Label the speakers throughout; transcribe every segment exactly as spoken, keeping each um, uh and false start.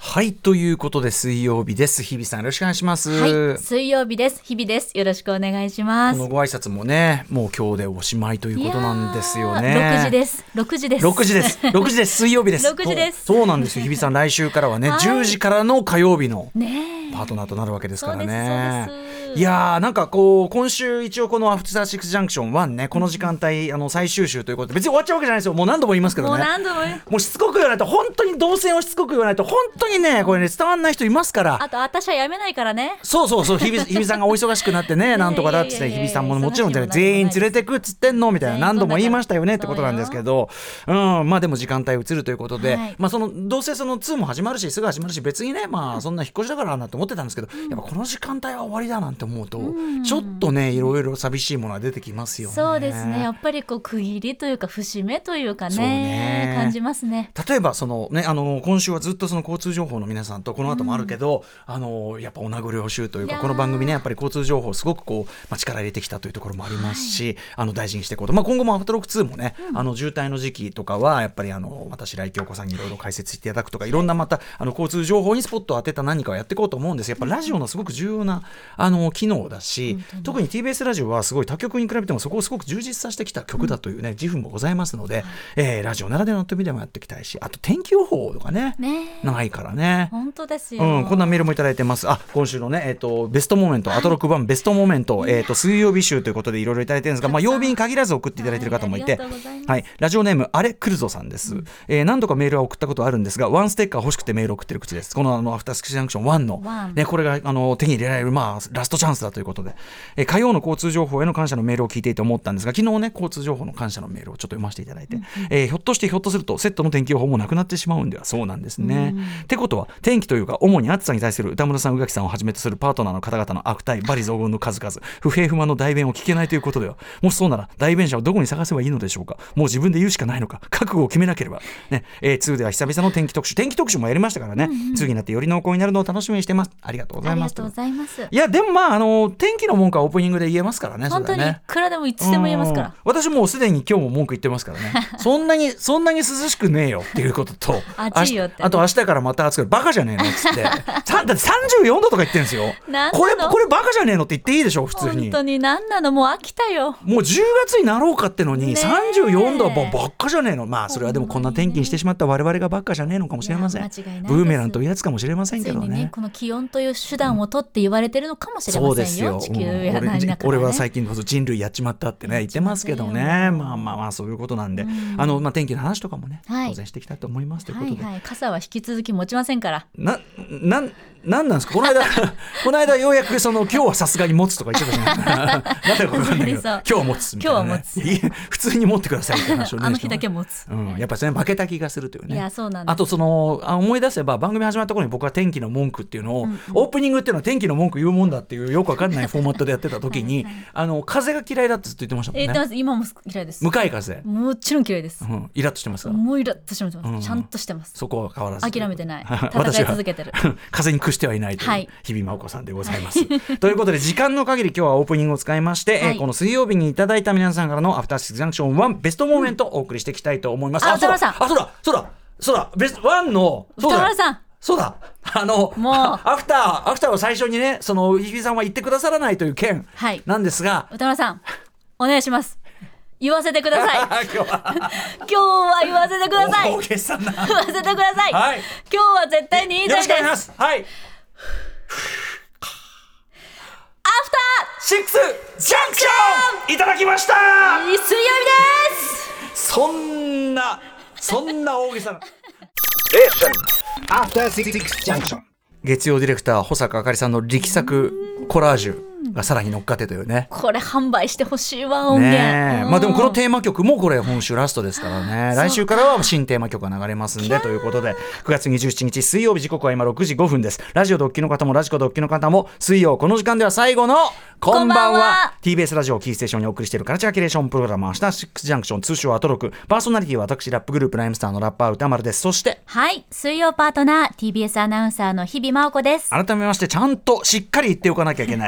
Speaker 1: はい、ということで水曜日です。日比さんよろしくお願いします。
Speaker 2: はい、水曜日です。日比です。よろしくお願いします。
Speaker 1: このご挨拶もね、もう今日でおしまいということなんですよね。
Speaker 2: ろくじです。ろくじです。
Speaker 1: ろくじです。ろくじです。水曜日です。
Speaker 2: ろくじです。
Speaker 1: そう、そうなんですよ。日比さん来週からはね、はい、じゅうじからの火曜日のパートナーとなるわけですからね。
Speaker 2: そうです、そうです。
Speaker 1: いやーなんかこう今週一応このアフターシックスジャンクションワンね、この時間帯あの最終週ということで別に終わっちゃうわけじゃないですよ。もう何度も言いますけどね。
Speaker 2: もう何度も
Speaker 1: もうしつこく言わないと、本当に動線をしつこく言わないと本当にねこれね伝わんない人いますから。
Speaker 2: あと私はやめないからね。そう
Speaker 1: そうそう日比日比さんがお忙しくなってねなんとかだっつって日比さんももちろんじゃない全員連れてくっつってんのみたいな何度も言いましたよねってことなんですけど、うんまあでも時間帯移るということで、はい、まあそのどうせそのツーも始まるしすぐ始まるし別にねまあそんな引っ越しだからなと思ってたんですけど、うん、やっぱこの時間帯は終わりだなんて思うと、うんちょっとねいろいろ寂しいものが出てきますよね。
Speaker 2: そうですね、やっぱりこう区切りというか節目というか ね, ね感じますね。
Speaker 1: 例えばその、ね、あの今週はずっとその交通情報の皆さんとこの後もあるけど、うん、あのやっぱお名残惜しいというかこの番組ねやっぱり交通情報すごくこう、まあ、力入れてきたというところもありますし、はい、あの大事にしていこうと、まあ、今後もアフターロックツーもね、うん、あの渋滞の時期とかはやっぱりあの私来京子さんにいろいろ解説していただくとかいろんなまたあの交通情報にスポットを当てた何かをやっていこうと思うんです。やっぱラジオのすごく重要なあの機能だし、うん、特に ティービーエス ラジオはすごい他局に比べてもそこをすごく充実させてきた曲だというね、うん、自負もございますので、えー、ラジオならではの飛びでもやっていきたいし、あと天気予報とか ね, ねないからね
Speaker 2: 本当ですよ、
Speaker 1: うん、こんなメールもいただいてます。あ今週のね、えー、とベストモーメント、はい、アトロック版ベストモーメント、えー、と水曜日集ということでいろいろいただいてるんですが、まあ、曜日に限らず送っていただいている方もいて、はいはい、ラジオネームあれクルゾさんです、うんえー、何度かメールは送ったことあるんですがワンステッカー欲しくてメールを送ってる口です。このあのアフターシックスジャンクションワンの、ね、これがあの手に入れられる、まあ、ラストチャンスだということで、えー、火曜の交通情報への感謝のメールを聞いていて思ったんですが、昨日ね交通情報の感謝のメールをちょっと読ませていただいて、うんえー、ひょっとしてひょっとするとセットの天気予報もなくなってしまうんでは。そうなんですね。ってことは天気というか主に暑さに対する歌村さん宇垣さんをはじめとするパートナーの方々の悪態罵詈雑言の数々不平不満の代弁を聞けないということでは。もしそうなら代弁者をどこに探せばいいのでしょうか。もう自分で言うしかないのか。覚悟を決めなければ、ねえー、ツーでは久々の天気特集天気特集もやりましたからね、うんうん、ツーになってより濃厚になるのを楽しみにしてます。ありがとうございます。
Speaker 2: ありがとうございます。
Speaker 1: いやでもまああの天気の文句はオープニングで言えますからね。
Speaker 2: 本当にいくらでもいつでも言えますから。
Speaker 1: 私もうすでに今日も文句言ってますからねそんなにそんなに涼しくねえよっていうことと
Speaker 2: 暑いよって、ね、
Speaker 1: あと明日からまた暑くバカじゃねえのっつってだってさんじゅうよんどとか言ってるんですよこれこれバカじゃねえのって言っていいでしょ普通に。
Speaker 2: 本当に何なのもう飽きたよ。
Speaker 1: もうじゅうがつになろうかってのにさんじゅうよんどはばっかじゃねえの。まあそれはでもこんな天気にしてしまった我々がばっかじゃねえのかもしれません。ブーメランというやつかもしれませんけど ね,
Speaker 2: ねこの気温という手段を取って言われてるのかもしれませんよ、うん、地球や何だから、ね、
Speaker 1: 俺, 俺は最近こそ人類やっちまったってね言ってますけどね。まあまあまあそういうことなんで、うん、あのまあ、天気の話とかもね、はい、当然していきたいと思いますということで、
Speaker 2: はいはい、傘は引き続き持ちませんから。
Speaker 1: なななんなんですかこの間この間ようやくその今日はさすがに持つとか言ってたじゃないですかなんだか分かんないけど今日は持つみたいな、ね、
Speaker 2: 今日は持つ
Speaker 1: 普通に持ってくださいって話をね
Speaker 2: あの日だけ持つ、
Speaker 1: うん、やっぱりそれ負けた気がするというね。
Speaker 2: いやそうなんです。
Speaker 1: あとそのあ思い出せば番組始まった頃に僕は天気の文句っていうのを、うんうん、オープニングっていうのは天気の文句言うもんだっていうよく分かんないフォーマットでやってた時にはい、はい、あの風が嫌いだってずっと言ってましたもんね。
Speaker 2: 言ってます。今も嫌いです。
Speaker 1: 向かい風
Speaker 2: もちろん嫌いです、
Speaker 1: うん、イラッとしてますか。
Speaker 2: もうイラッとしてます、うん、ちゃんとしてます。
Speaker 1: そこは変わらず
Speaker 2: 諦めてない戦い続けてる
Speaker 1: 風に屈してはいないという、はい、日比真央子さんでございますということで時間の限り今日はオープニングを使いまして、はいえー、この水曜日にいただいた皆さんからのアフターシックスジャンクションワンベストモーメントをお送りしていきたいと思います、うん、
Speaker 2: あ、歌丸さん。
Speaker 1: あ、そうだそうだそうだベストワンのそうだ
Speaker 2: 歌丸さん
Speaker 1: そうだあのもうアフターアフターを最初にねその日比さんは言ってくださらないという件なんですが、
Speaker 2: はい、歌丸さんお願いします。言わせてください今日は今日は言わせてください。
Speaker 1: 大げさな
Speaker 2: 言わせてください、はい、今日は絶対に言いたいです。
Speaker 1: よろしくお願いします。はい
Speaker 2: アフタ
Speaker 1: ーシックスジャンクションいただきました。
Speaker 2: 水曜日です。
Speaker 1: そんなそんな大げさな
Speaker 3: アフターシックスジャンクション
Speaker 1: 月曜ディレクター保坂あかりさんの力作コラージュがさらに乗っかってというね。
Speaker 2: これ販売してほしいわ音源、
Speaker 1: ねまあ、でもこのテーマ曲もこれ本週ラストですからね。来週からは新テーマ曲が流れますんでということでくがつにじゅうしちにち水曜日時刻は今ろくじごふんです。ラジオドッキの方もラジコドッキの方も水曜この時間では最後のこんばんは。
Speaker 2: こんばんは
Speaker 1: ティービーエス ラジオキーステーションにお送りしているカルチャーキュレーションプログラムアフターシックスジャンクション通称アトロク。パーソナリティは私ラップグループライムスターのラッパー歌丸です。そして
Speaker 2: はい水曜パートナー ティービーエス アナウンサーの日比真央子です。
Speaker 1: 改めましてちゃんとしっかり言っておかなきゃいけない、え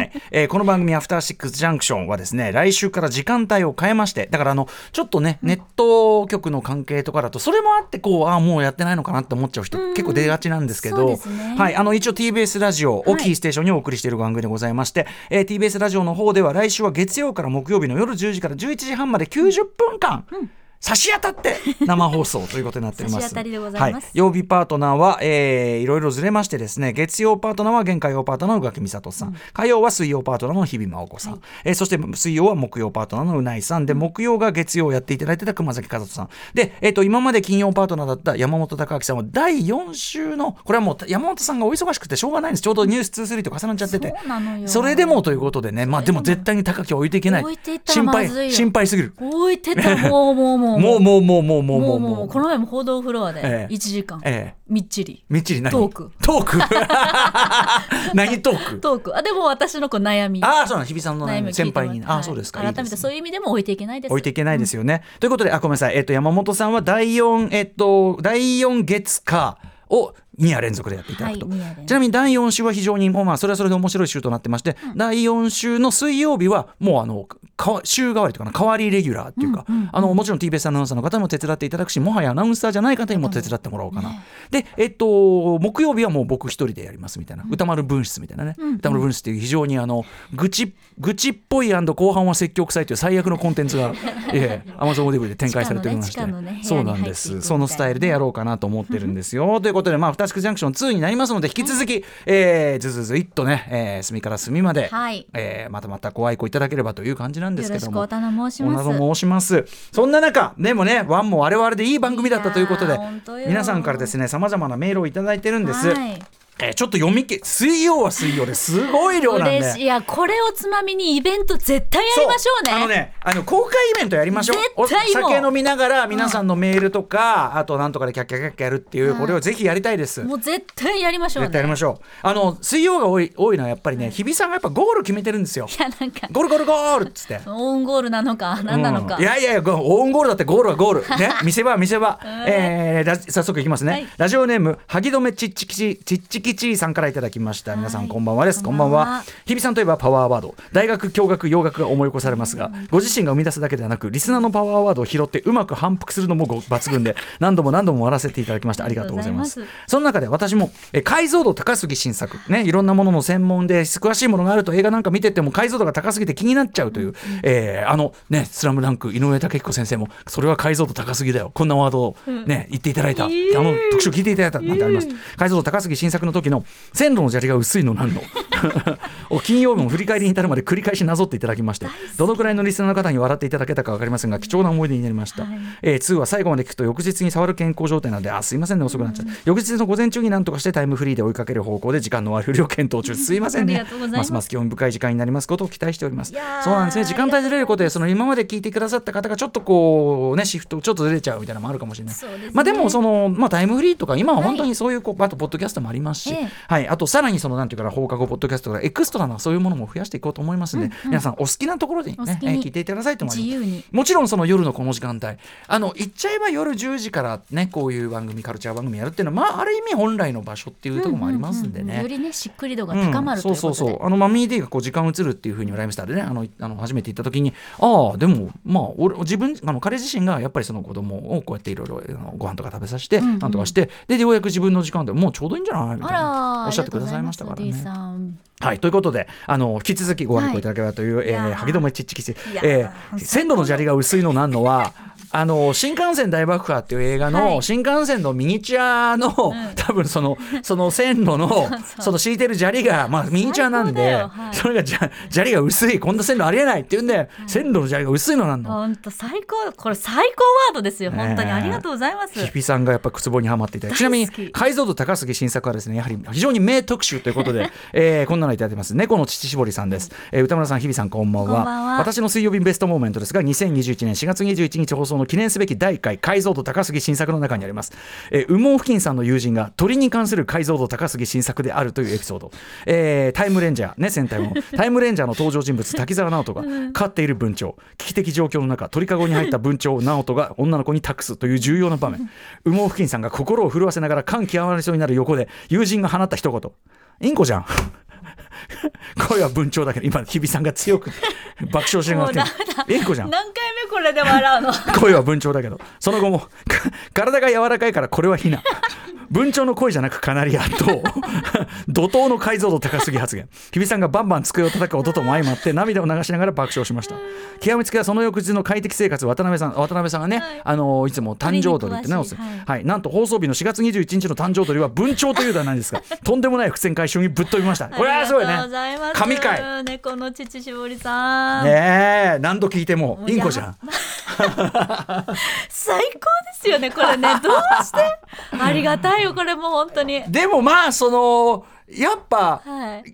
Speaker 1: えー、この番組アフターシックスジャンクションはですね、来週から時間帯を変えまして、だからあのちょっとね、ネット局の関係とかだとそれもあってこう、ああもうやってないのかなって思っちゃう人結構出がちなんですけど、
Speaker 2: そうですね、
Speaker 1: はい、あの一応 ティービーエス ラジオをキーステーションにお送りしている番組でございまして、はい、えー、ティービーエス ラジオの方では来週は月曜から木曜日の夜じゅうじからじゅういちじはんまできゅうじゅっぷんかん、うん、差し当たって生放送ということになっております。
Speaker 2: 差し当たりでございます。
Speaker 1: はい、曜日パートナーは、えー、いろいろずれましてですね、月曜パートナーは現火曜パートナーの宇垣美里さん、うん、火曜は水曜パートナーの日比真央子さん、はい、えー、そして水曜は木曜パートナーのうないさんで、木曜が月曜やっていただいてた熊崎和人さんで、えー、と今まで金曜パートナーだった山本貴明さんはだいよん週の、これはもう山本さんがお忙しくてしょうがないんです。ちょうどニュースにじゅうさんと重なっちゃってて、
Speaker 2: そうなのよ。
Speaker 1: それでもということでね、まあでも絶対に高木置いていけない、
Speaker 2: 置いていったらまずいよ。
Speaker 1: 心配心配すぎる。
Speaker 2: 置いてたらもうもうもう
Speaker 1: もうもうもうもうもう
Speaker 2: もうもうこの前も報道フロアでいちじかん、
Speaker 1: ええ、
Speaker 2: みっちり
Speaker 1: みっちり何
Speaker 2: トーク
Speaker 1: トーク何トーク
Speaker 2: トークあでも私のこう悩み、
Speaker 1: ああそうなの、日比さんの悩み、先輩に、
Speaker 2: はい、
Speaker 1: あそうですか、
Speaker 2: 改めてそういう意味でも置いていけないです。
Speaker 1: 置いていけないですよね、うん、ということで、あごめんなさい、えっと、山本さんはだいよん、えっと、だいよん月火をに夜連続でやっていただくと、はい、ちなみにだいよん週は非常に、まあ、それはそれで面白い週となってまして、うん、だいよん週の水曜日はもうあの週替わりというかな、代わりレギュラーっていうか、うんうんうん、あのもちろん ティービーエス アナウンサーの方にも手伝っていただくし、もはやアナウンサーじゃない方にも手伝ってもらおうかな、うんね、で、えっと、木曜日はもう僕一人でやりますみたいな、うん、歌丸分室みたいなね、うんうん、歌丸分室っていう非常にあの愚痴愚痴っぽい後半は積極臭いという最悪のコンテンツがええ Amazon オーディブルで展開されておりまして、ねね、そうなんです、そのスタイルでやろうかなと思ってるんですよということで、まあ、アフターシックスジャンクションツーになりますので、引き続き、うん、えー、ずずずいっとね、えー、隅から隅まで、はい、えー、またまたご愛顧いただければという感じなんですけども、
Speaker 2: よろしくお頼申します。
Speaker 1: お頼申します。そんな中でもね、ワンも我々でいい番組だったということで、皆さんからですね、様々なメールをいただいてるんです。はい、えー、ちょっと読み気、水曜は水曜ですごい量なんで、
Speaker 2: 嬉しい。いや、これをつまみにイベント絶対やりましょうね。
Speaker 1: あのね、あの公開イベントやりましょう。
Speaker 2: 絶対もう
Speaker 1: 酒飲みながら皆さんのメールとか、うん、あとなんとかでキャッキャキャッキャやるっていう、うん、これをぜひやりたいです。
Speaker 2: もう絶対やりましょうね。
Speaker 1: 絶対やりましょう。あの水曜が多い多いのはやっぱりね、うん、日比さんがやっぱゴール決めてるんですよ。
Speaker 2: いや、なんか
Speaker 1: ゴールゴールゴールっつって
Speaker 2: オウンゴールなのか何なのか、
Speaker 1: うん、いやいやオウンゴールだって、ゴールはゴールね見せ場見せ場、えー、早速いきますね、はい、ラジオネームはぎどめちっちきちちっちきちさんからいただきました。皆さんこんばんはです。こんばんは。日比さんといえばパワーワード、大学教学洋楽が思い起こされますが、ご自身が生み出すだけではなくリスナーのパワーワードを拾ってうまく反復するのも抜群で、何度も何度も終わらせていただきました。ありがとうございます。その中で私もえ解像度高すぎ新作ね、いろんなものの専門で詳しいものがあると映画なんか見てても解像度が高すぎて気になっちゃうという、うん、えー、あのねスラムダンク井上武彦先生もそれは解像度高すぎだよ、こんなワードをね、うん、言っていただいた、えー、あの特集聞いていただいたなんてあります、えー、解像度高すぎ新作の時の線路の砂利が薄いのなんの金曜日も振り返りに至るまで繰り返しなぞっていただきまして、どのくらいのリスナーの方に笑っていただけたか分かりませんが貴重な思い出になりました、はい、えー、ツーは最後まで聞くと翌日に触る健康状態なので、あすいませんね遅くなっちゃった、うん、翌日の午前中に何とかしてタイムフリーで追いかける方向で時間の割り振りを検討中、すいませんねますます興味深い時間になりますことを期待しております。そうなんですね、時間帯ずれることでその今まで聞いてくださった方がちょっとこうねシフトちょっとずれちゃうみたいなのもあるかもしれない。 で,、ね、まあ、でもその、まあ、タイムフリーとか今は本当にそういう、こうあとポッドキャストもありますし、ええ、はい、あとさらにそのなんていうか放課後ポッドキャストとかエクストラなそういうものも増やしていこうと思いますので、うんうん、皆さんお好きなところで、ねえー、聞いていただきたいと思います。
Speaker 2: 自由に、
Speaker 1: もちろんその夜のこの時間帯、あの言っちゃえば夜じゅうじからねこういう番組カルチャー番組やるっていうのは、まあ、ある意味本来の場所っていうところもありますんでね、うんうんうん、
Speaker 2: よりねしっくり度が高まる、うん、ということで、そうそうそう、あ
Speaker 1: のマミー D がこう時間移るっていう風にライムスターでね、あのあの初めて行った時に、ああでもまあ俺自分あの彼自身がやっぱりその子供をこうやっていろいろご飯とか食べさせて、うんうん、なんとかして、でようやく自分の時間でもうちょうどいいんじゃないみたいなおっしゃってくださいましたからね。はい、ということであの引き続きご愛顧いただければという、はい、えー、はぎどめちっちきち、えー、線路の砂利が薄いのなんのはあの新幹線大爆破っていう映画の、はい、新幹線のミニチュアの、うん、多分そのその線路のそうそうその敷いてる砂利が、まあ、ミニチュアなんで、はい、それがじゃ砂利が薄い、こんな線路ありえないっていうんで、はい、線路の砂利が薄いのなんの
Speaker 2: 本当最高、これ最高ワードですよ、本当にありがとうございます。
Speaker 1: 日比さんがやっぱ靴棒にはまっていた。ちなみに解像度高すぎ新作はですね、やはり非常に名特集ということで、えー、こんなのいただいてます。猫の乳搾りさんです、えー、歌村さん日比さんこんばんは。
Speaker 2: こんばんは。
Speaker 1: 私の水曜日ベストモーメントですがにせんにじゅういちねんしがつにじゅういちにち放送の記念すべきだいいっかい解像度高すぎ新作の中にあります、えー、羽毛付近さんの友人が鳥に関する解像度高すぎ新作であるというエピソード、えー、タイムレンジャーね戦隊もタイムレンジャーの登場人物滝沢直人が飼っている文鳥、危機的状況の中鳥かごに入った文鳥直人が女の子に託すという重要な場面羽毛付近さんが心を震わせながら感極まりそうになる横で友人が放った一言、インコじゃん声は文鳥だけど今日比さんが強く爆笑してるなってインコじゃん。
Speaker 2: 何回目これで笑うの
Speaker 1: 声は文鳥だけどその後も体が柔らかいからこれはヒナ文鳥の声じゃなくカナリアと怒涛の解像度高すぎ発言。日比さんがバンバン机を叩く音とも相まって涙を流しながら爆笑しました。極めつけはその翌日の快適生活。渡辺さん渡辺さんがね、はい、あのいつも誕生鳥ってね、はいはい、なんと放送日のしがつにじゅういちにちの誕生鳥は文鳥という題なんですがとんでもない伏線回収にぶっ飛びました。これはすごいね。神回
Speaker 2: 猫の乳搾りさん
Speaker 1: ねえ何度聞いてもインコじゃん
Speaker 2: 最高ですよねこれね。どうしてありがたいよこれも本当に。
Speaker 1: でもまあそのやっぱ、
Speaker 2: はい、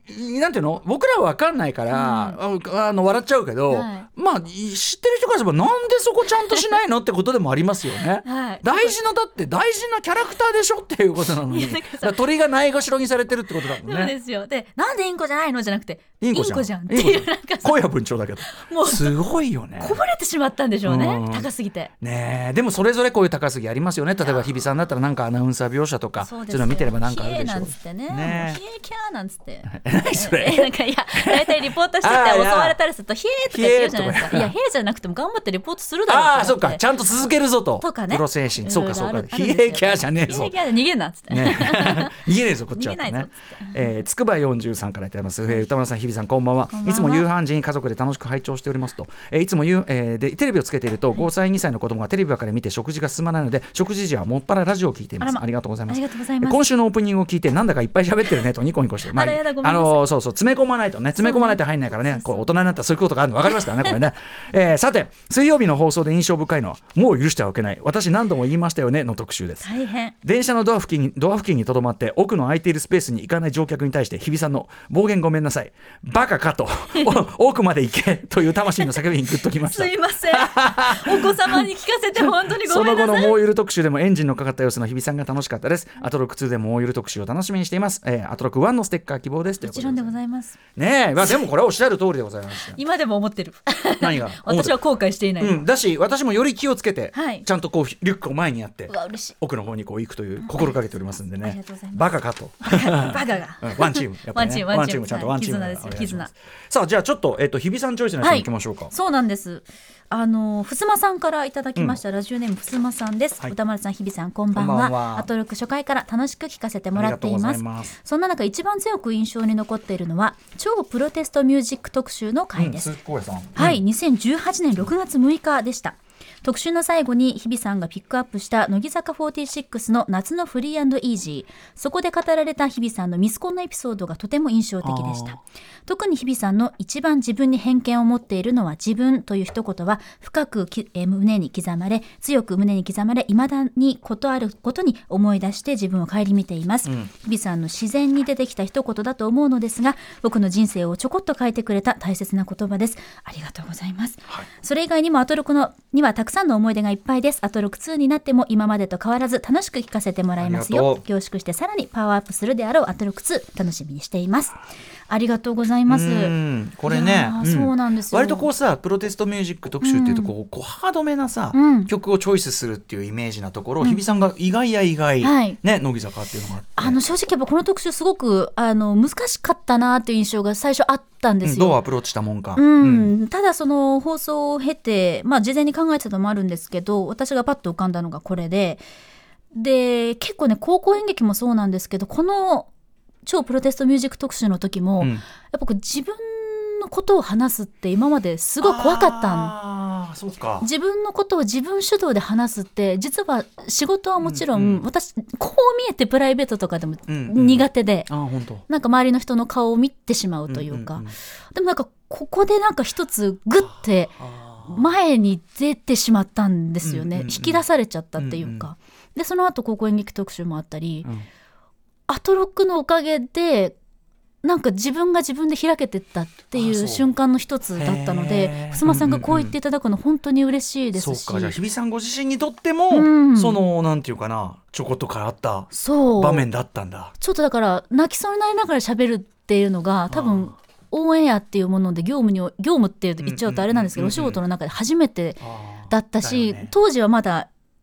Speaker 1: なんていうの僕らは分かんないから、うん、あの笑っちゃうけど、はい、まあ知ってる人からすればなんでそこちゃんとしないのってことでもありますよね、はい、大事なだって大事なキャラクターでしょっていうことなのに鳥がないがしろにされてるってことだもんね。
Speaker 2: そうですよ。でなんでインコじゃないのじゃなくて
Speaker 1: インコじゃん、
Speaker 2: インコじゃんっていうなんか
Speaker 1: 声は文鳥だけどもうすごいよね。
Speaker 2: こぼれてしまったんでしょうね、うん、高すぎて
Speaker 1: ね。でもそれぞれこういう高すぎありますよね。例えば日比さんだったらなんかアナウンサー描写とかそういうの見てればなんかあるでしょう。
Speaker 2: なんつってね、ねヒエキャーなんつって
Speaker 1: 何それ
Speaker 2: なんかいや大体リポートしてて襲われたりするとヒエーとか言うじゃないですか。いやヒエーじゃなくても頑張ってリポートするだろうって。
Speaker 1: ああそうかちゃんと続けるぞと
Speaker 2: とかね
Speaker 1: プロ精神そうかそうかヒエーキャーじゃねえぞ
Speaker 2: ヒエーキャーで逃げんなっつって、ね、
Speaker 1: 逃げねえぞこっちはってね。えー、つくばよんじゅうさんからいただきます、えー、歌丸さん日比さんこんばんは。いつも夕飯時に家族で楽しく拝聴しておりますと、えー、いつもゆ、えー、でテレビをつけているとごさいにさいの子供がテレビばかり見て食事が進まないので食事時はもっぱらラジオを聞いています。 あ, まありがとうございます。今週のオープニングを聞いてなんだかいっぱい喋ってるねとニコニコして、まあ、あ, あのそうそう詰め込まないとね詰め込まないと入んないからね。こう大人になったらそういうことがあるの分かりますからねこれね、えー、さて水曜日の放送で印象深いのはもう許してはおけない私何度も言いましたよねの特集です。
Speaker 2: 大変。
Speaker 1: 電車のドア付近にドア付近にとどまって奥の空いているスペースに行かない乗客に対して日比さんの暴言ごめんなさいバカかと奥まで行けという魂の叫びにグッときました。
Speaker 2: すいませんお子様に聞かせて本当にごめんなさい。
Speaker 1: その後のもうゆる特集でもエンジンのかかった様子の日比さんが楽しかったです。アトロックツーでももうゆる特集を楽しみにしています、えー、アトロックワンのステッカー希望ですということで。
Speaker 2: もちろんでございます
Speaker 1: ねえ、まあ、でもこれはおっしゃる通りでございます。
Speaker 2: 今でも思ってる
Speaker 1: 何が
Speaker 2: 私は後悔していない、
Speaker 1: うん、だし私もより気をつけて、はい、ちゃんとこうリュックを前にやって
Speaker 2: うわ嬉しい
Speaker 1: 奥の方にこう行くという心がけておりますんでね、
Speaker 2: ありがとうございます。
Speaker 1: バカかと
Speaker 2: バカが、
Speaker 1: うん、ワンチームやっぱり、ね、ワンチームちゃんとワンチーム
Speaker 2: 絆ですよ絆。
Speaker 1: さあじゃあちょっと、えっと、日比さんチョイスのやつに行きましょうか、
Speaker 2: はい、そうなんです。あのふすまさんからいただきました、うん、ラジオネームふすまさんです、はい、歌丸さん日比さんこんばんは。アトロック初回から楽しく聞かせてもらっています。そんな中一番強く印象に残っているのは超プロテストミュージック特集の回です、うん、はい、にせんじゅうはちねんろくがつむいかでした。特集の最後に日比さんがピックアップした乃木坂フォーティーシックスの夏のフリー&イージー、そこで語られた日比さんのミスコンのエピソードがとても印象的でした。特に日比さんの一番自分に偏見を持っているのは自分という一言は深くき、えー、胸に刻まれ強く胸に刻まれ未だにことあることに思い出して自分を顧みています、うん、日比さんの自然に出てきた一言だと思うのですが僕の人生をちょこっと変えてくれた大切な言葉です。ありがとうございます、はい、それ以外にもアトロクのにはたくさんの思い出がいっぱいです。アトロクツーになっても今までと変わらず楽しく聞かせてもらいますよ。凝縮してさらにパワーアップするであろうアトロクツー楽しみにしています。ありがとうございます。
Speaker 1: これね、
Speaker 2: うん、そうなんですよ。
Speaker 1: 割とこうさプロテストミュージック特集っていうとこう、うん、こうハードめなさ、うん、曲をチョイスするっていうイメージなところ、うん、日比さんが意外や意外、はい、ね乃木坂っていうのがあって
Speaker 2: あの正直やっぱこの特集すごくあの難しかったなっていう印象が最初あったんですよ、
Speaker 1: うん、どうアプローチしたもんか、
Speaker 2: うんうん、ただその放送を経て、まあ、事前に考えてたのもあるんですけど私がパッと浮かんだのがこれでで結構ね高校演劇もそうなんですけどこの超プロテストミュージック特集の時も、うん、やっぱ自分のことを話すって今まですごい怖かったん。
Speaker 1: あそうか
Speaker 2: 自分のことを自分主導で話すって実は仕事はもちろん、うんうん、私こう見えてプライベートとかでも苦手で、
Speaker 1: うんうん、あ本当
Speaker 2: なんか周りの人の顔を見てしまうというか、うんうんうん、でもなんかここでなんか一つグッて前に出てしまったんですよね、うんうんうん、引き出されちゃったっていうか、うんうん、でその後高校演劇特集もあったり、うんアトロックのおかげでなんか自分が自分で開けてったっていう瞬間の一つだったのでふすまさんがこう言っていただくの本当に嬉しいですし、
Speaker 1: そうかじゃあ日比さんご自身にとっても、うん、そのなんていうかなちょこっと変わった場面だったんだ。
Speaker 2: ちょっとだから泣きそうになりながら喋るっていうのが多分オンエアっていうもので業務に業務って言っちゃうとあれなんですけど、うんうんうんうん、お仕事の中で初めてだったし、ね、当時はまだ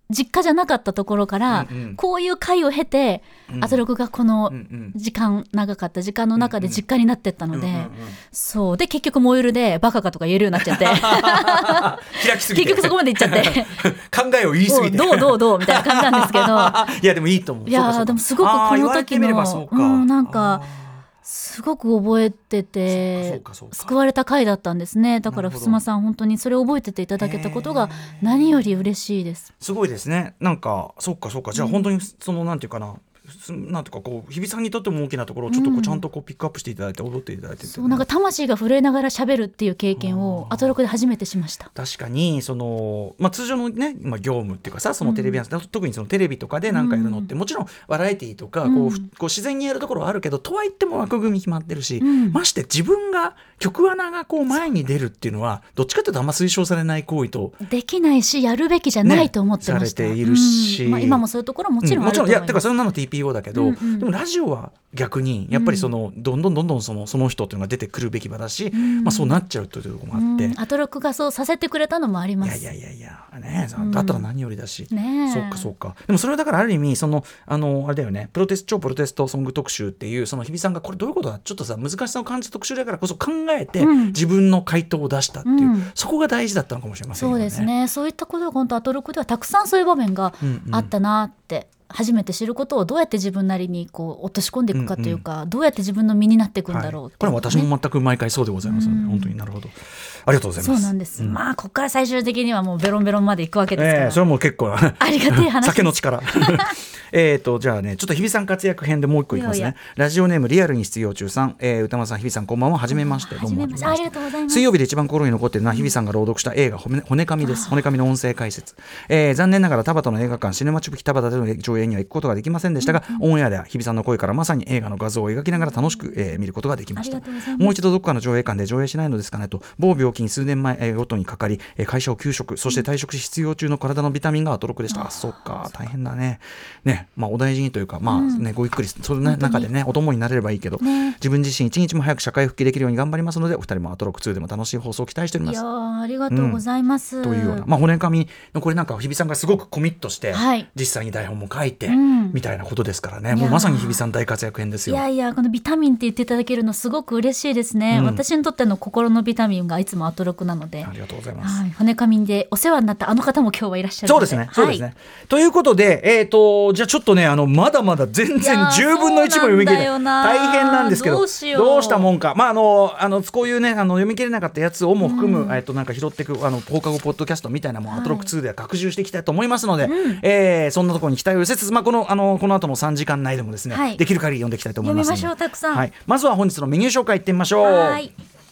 Speaker 2: 実家じゃなかったところから、うんうん、こういう回を経て、うん、アトロクがこの時間長かった時間の中で実家になってったので、うんうん、そうで結局モイルでバカかとか言えるようになっちゃって
Speaker 1: 開きすぎて
Speaker 2: 結局そこまでいっちゃって
Speaker 1: 考えを言いすぎて
Speaker 2: どうどうどうみたいな感じなんですけど
Speaker 1: いやでもいいと思う。
Speaker 2: いやそうかそうかでもすごくこの時のうん、なんかすごく覚えてて救われた回だったんですね。だから襖さん本当にそれを覚えてていただけたことが何より嬉しいです。
Speaker 1: すごいですね。なんかそうかそうかじゃあ本当にそのなんていうかな、なんとかこう日比さんにとっても大きなところをちょっとこうちゃんとこうピックアップしていただいて踊っていただいて、ね、
Speaker 2: そうなんか魂が震えながら喋るっていう経験をアトロクで初めてしました。
Speaker 1: 確かにその、まあ、通常のね、まあ、業務っていうかさそのテレビ、うん、特にそのテレビとかで何かやるのって、うん、もちろんバラエティーとかこう、うん、こう自然にやるところはあるけどとはいっても枠組み決まってるし、うん、まして自分が局アナがこう前に出るっていうのはどっちかというとあんま推奨されない行為と
Speaker 2: できないしやるべきじゃないと思ってました、
Speaker 1: ね、されているし、
Speaker 2: うんまあ、今もそういうところもちろんあると思います、うん、もちろんいやてかそんなの ティーピーオー だけど、うんうんでもラジオは逆にやっぱりその、うん、どんどんどんどんその、その人っていうのが出てくるべき場だし、うんまあ、そうなっちゃうというところもあって、 うん、アトロクがそうさせてくれたのもあります。
Speaker 1: いやいやいやいや、ね、だったら何よりだし、
Speaker 2: うん、
Speaker 1: そうかそうか。でもそれはだからある意味そのあのあれだよねプロテスト超プロテストソング特集っていうその日比さんがこれどういうことだちょっとさ難しさを感じた特集だからこそ考えて、うん、自分の回答を出したっていう、うん、そこが大事だったのかもしれませんよね。
Speaker 2: そうですね。そういったことが本当アトロクではたくさんそういう場面があったなって、うんうん初めて知ることをどうやって自分なりにこう落とし込んでいくかというか、うんうん、どうやって自分の身になっていくんだろう、ねはい、
Speaker 1: これは私も全く毎回そうでございますので、うん、本当になるほどありがとうございます。
Speaker 2: そうなんです、うん、まあここから最終的にはもうベロンベロンまでいくわけですから、
Speaker 1: えー、それはもう結構
Speaker 2: ありがたい話
Speaker 1: 酒の力えーとじゃあねちょっと日比さん活躍編でもう一個いきますね。いやいやラジオネームリアルに失業中さん、えー、歌丸さん日比さんこんばんは。はじめまして。どうも
Speaker 2: ありがとうございます。
Speaker 1: 水曜日で一番心に残っているのは日比さんが朗読した映画骨紙です。骨紙の音声解説、えー、残念ながら田端の映画館シネマチュプキ田端での上映には行くことができませんでしたが、うんうん、オンエアでは日比さんの声からまさに映画の画像を描きながら楽しく、えー、見ることができました。もう一度どこかの上映館で上映しないのですかねと某病気に数年前、えー、ごとにかかり、えー、会社を休職そして退職し必要中の体のビタミンがアトロクでした。あそっか大変だね。ねまあお大事にというかまあね、うん、ごゆっくりその中でねお供になれればいいけど、ね、自分自身一日も早く社会復帰できるように頑張りますのでお二人もアトロクツーでも楽しい放送を期待しております。
Speaker 2: いやありがとうございます、
Speaker 1: うん、というような、まあ、骨紙のこれなんか日比さんがすごくコミットして、はい、実際に台本も書いて、うん、みたいなことですからねもうまさに日比さん大活躍編ですよ。
Speaker 2: いやいやこのビタミンって言っていただけるのすごく嬉しいですね、うん、私にとっての心のビタミンがいつもアトロクなので
Speaker 1: ありがとうございます、
Speaker 2: はい、骨紙でお世話になったあの方も今日はいらっしゃるので
Speaker 1: そうですねそうですね、はい、ということで、えー、とじゃあちょっとねあのまだまだ全然じゅうぶんのいちも読み切れない大変なんですけど ど, うしようどうしたもんか、まあ、あのあのこういうねあの読み切れなかったやつをも含む、うんえー、となんか拾っていくあの放課後ポッドキャストみたいなものをアトロックツーでは拡充していきたいと思いますので、はいえー、そんなところに期待を寄せつつ、まあ、このあのこの後のさんじかん内でもですね、はい、できる限り読んでいきたいと思いますので
Speaker 2: 読みましょうたくさん、
Speaker 1: はい、まずは本日のメニュー紹介いってみましょう。
Speaker 2: はい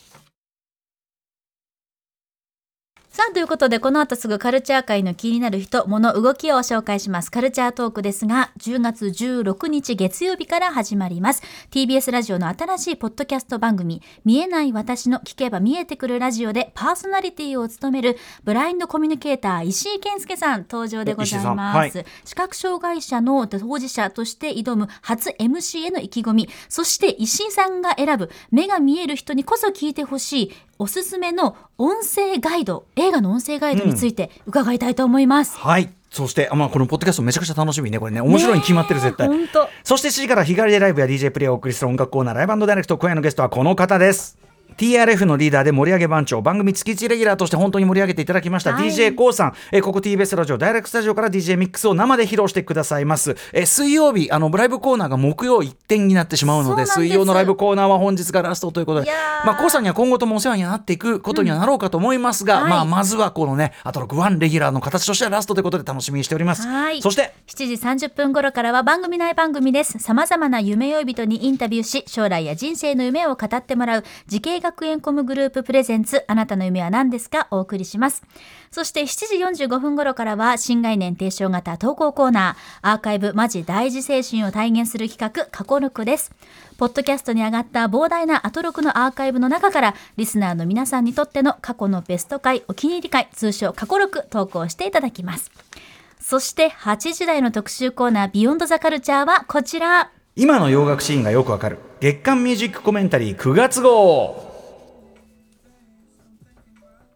Speaker 2: さあということでこの後すぐカルチャー界の気になる人物動きを紹介しますカルチャートークですがじゅうがつじゅうろくにち月曜日から始まります。 ティービーエス ラジオの新しいポッドキャスト番組見えない私の聞けば見えてくるラジオでパーソナリティを務めるブラインドコミュニケーター石井健介さん登場でございます、はい、視覚障害者の当事者として挑む初 エムシー への意気込みそして石井さんが選ぶ目が見える人にこそ聞いてほしいおすすめの音声ガイド映画の音声ガイドについて伺いたいと思います、
Speaker 1: うん、はいそして、まあ、このポッドキャストめちゃくちゃ楽しみねこれね面白いに決まってる絶対。そしてしちじから日帰りでライブや ディージェー プレイをお送りする音楽コーナーライブ&ダイレクト今夜のゲストはこの方です。ティーアールエフ のリーダーで盛り上げ番長番組月いちレギュラーとして本当に盛り上げていただきました、はい、ディージェー コウさん、えー、ここ ティービーエス ラジオダイレクトスタジオから ディージェー ミックスを生で披露してくださいます、えー、水曜日あのライブコーナーが木曜一点になってしまうので水曜のライブコーナーは本日がラストということでまあ、コウさんには今後ともお世話になっていくことにはなろうかと思いますが、うんまあ、まずはこのねあとろくワンレギュラーの形としてはラストということで楽しみにしております。
Speaker 2: はい
Speaker 1: そして
Speaker 2: しちじさんじゅっぷん頃からは番組内番組です。さまざまな夢追い人にインタビューし将来や人生の夢を語ってもらう慈恵学園コムグループプレゼンツあなたの夢は何ですかお送りします。そしてしちじよんじゅうごふん頃からは新概念提唱型投稿コーナーアーカイブマジ大事精神を体現する企画過去録です。ポッドキャストに上がった膨大なアトロクのアーカイブの中からリスナーの皆さんにとっての過去のベスト回お気に入り回通称過去録投稿していただきます。そしてはちじ台の特集コーナービヨンドザカルチャーはこちら
Speaker 1: 今の洋楽シーンがよくわかる月刊ミュージックコメンタリーくがつ号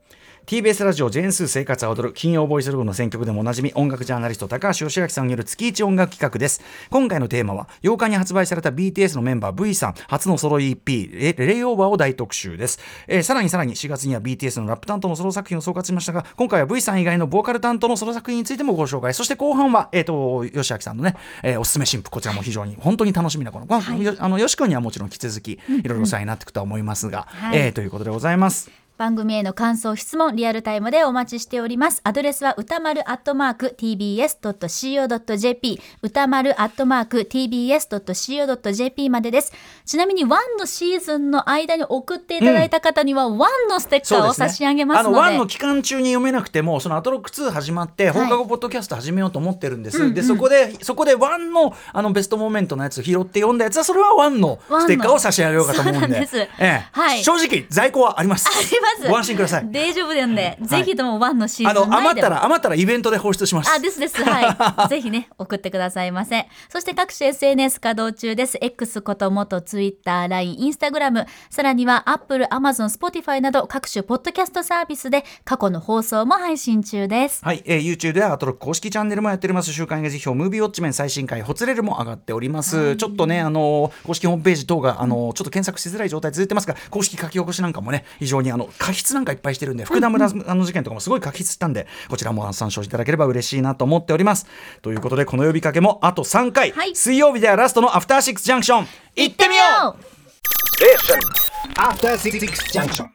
Speaker 1: ティービーエス ラジオジェーンスー生活は踊る金曜ボイスログの選曲でもおなじみ音楽ジャーナリスト高橋義明さんによる月一音楽企画です。今回のテーマはようかに発売された ビーティーエス のメンバー V さん初のソロ イーピー レイオーバーを大特集です。えー、さらにさらにしがつには ビーティーエス のラップ担当のソロ作品を総括しましたが、今回は V さん以外のボーカル担当のソロ作品についてもご紹介、そして後半は、えー、と吉明さんのね、えー、おすすめ新譜、こちらも非常に本当に楽しみなこの、はい、あの吉君にはもちろん引き続きいろいろお世話になっていくとは思いますが、うんうん、えー、ということでございます。
Speaker 2: 番組への感想質問リアルタイムでお待ちしております。アドレスは歌丸アットマーク ティービーエスドットシーオードットジェーピー 歌丸アットマーク ティービーエスドットシーオードットジェーピー までです。ちなみにワンのシーズンの間に送っていただいた方にはワンのステッカーを差し上げますので、
Speaker 1: うん、あのワンの期間中に読めなくてもそのアトロックツー始まって放課後ポッドキャスト始めようと思ってるんです、はい、でそこでそこでワンのあのベストモーメントのやつ拾って読んだやつはそれはワンのステッカーを差し上げようかと思うんで、そうなんです、ええ、はい、正直在庫はあります。
Speaker 2: あります。
Speaker 1: ご安心ください。
Speaker 2: 大丈夫なんで、はい、ぜひともワンのシーズン
Speaker 1: あの余ったら余ったらイベントで放出します。
Speaker 2: あ、ですです、はい、ぜひね送ってくださいませ。そして各種 エスエヌエス 稼働中です。 X こと元 Twitter、ライン、Instagram、さらには Apple、Amazon、Spotify など各種ポッドキャストサービスで過去の放送も配信中です。
Speaker 1: はい、えー、YouTube ではアトロック公式チャンネルもやっております。週刊映画辞表ムービーウォッチメン最新回ほつれるも上がっております、はい、ちょっとねあの公式ホームページ等があのちょっと検索しづらい状態続いてますが、公式書き起こしなんかもね非常にあの過筆なんかいっぱいしてるんで、福田村あの事件とかもすごい書きしたんで、こちらも参照いただければ嬉しいなと思っております。ということでこの呼びかけもあとさんかい、はい、水曜日ではラストのアフターシックスジャンクション行ってみよう。
Speaker 3: アフターシックスジャンクション。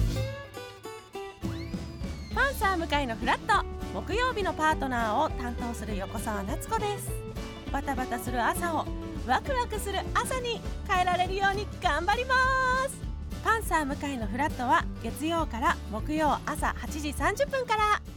Speaker 4: パンサー向井のフラット、木曜日のパートナーを担当する横澤夏子です。バタバタする朝をワクワクする朝に変えられるように頑張ります。パンサー向井のフラットは月曜から木曜朝はちじさんじゅっぷんから。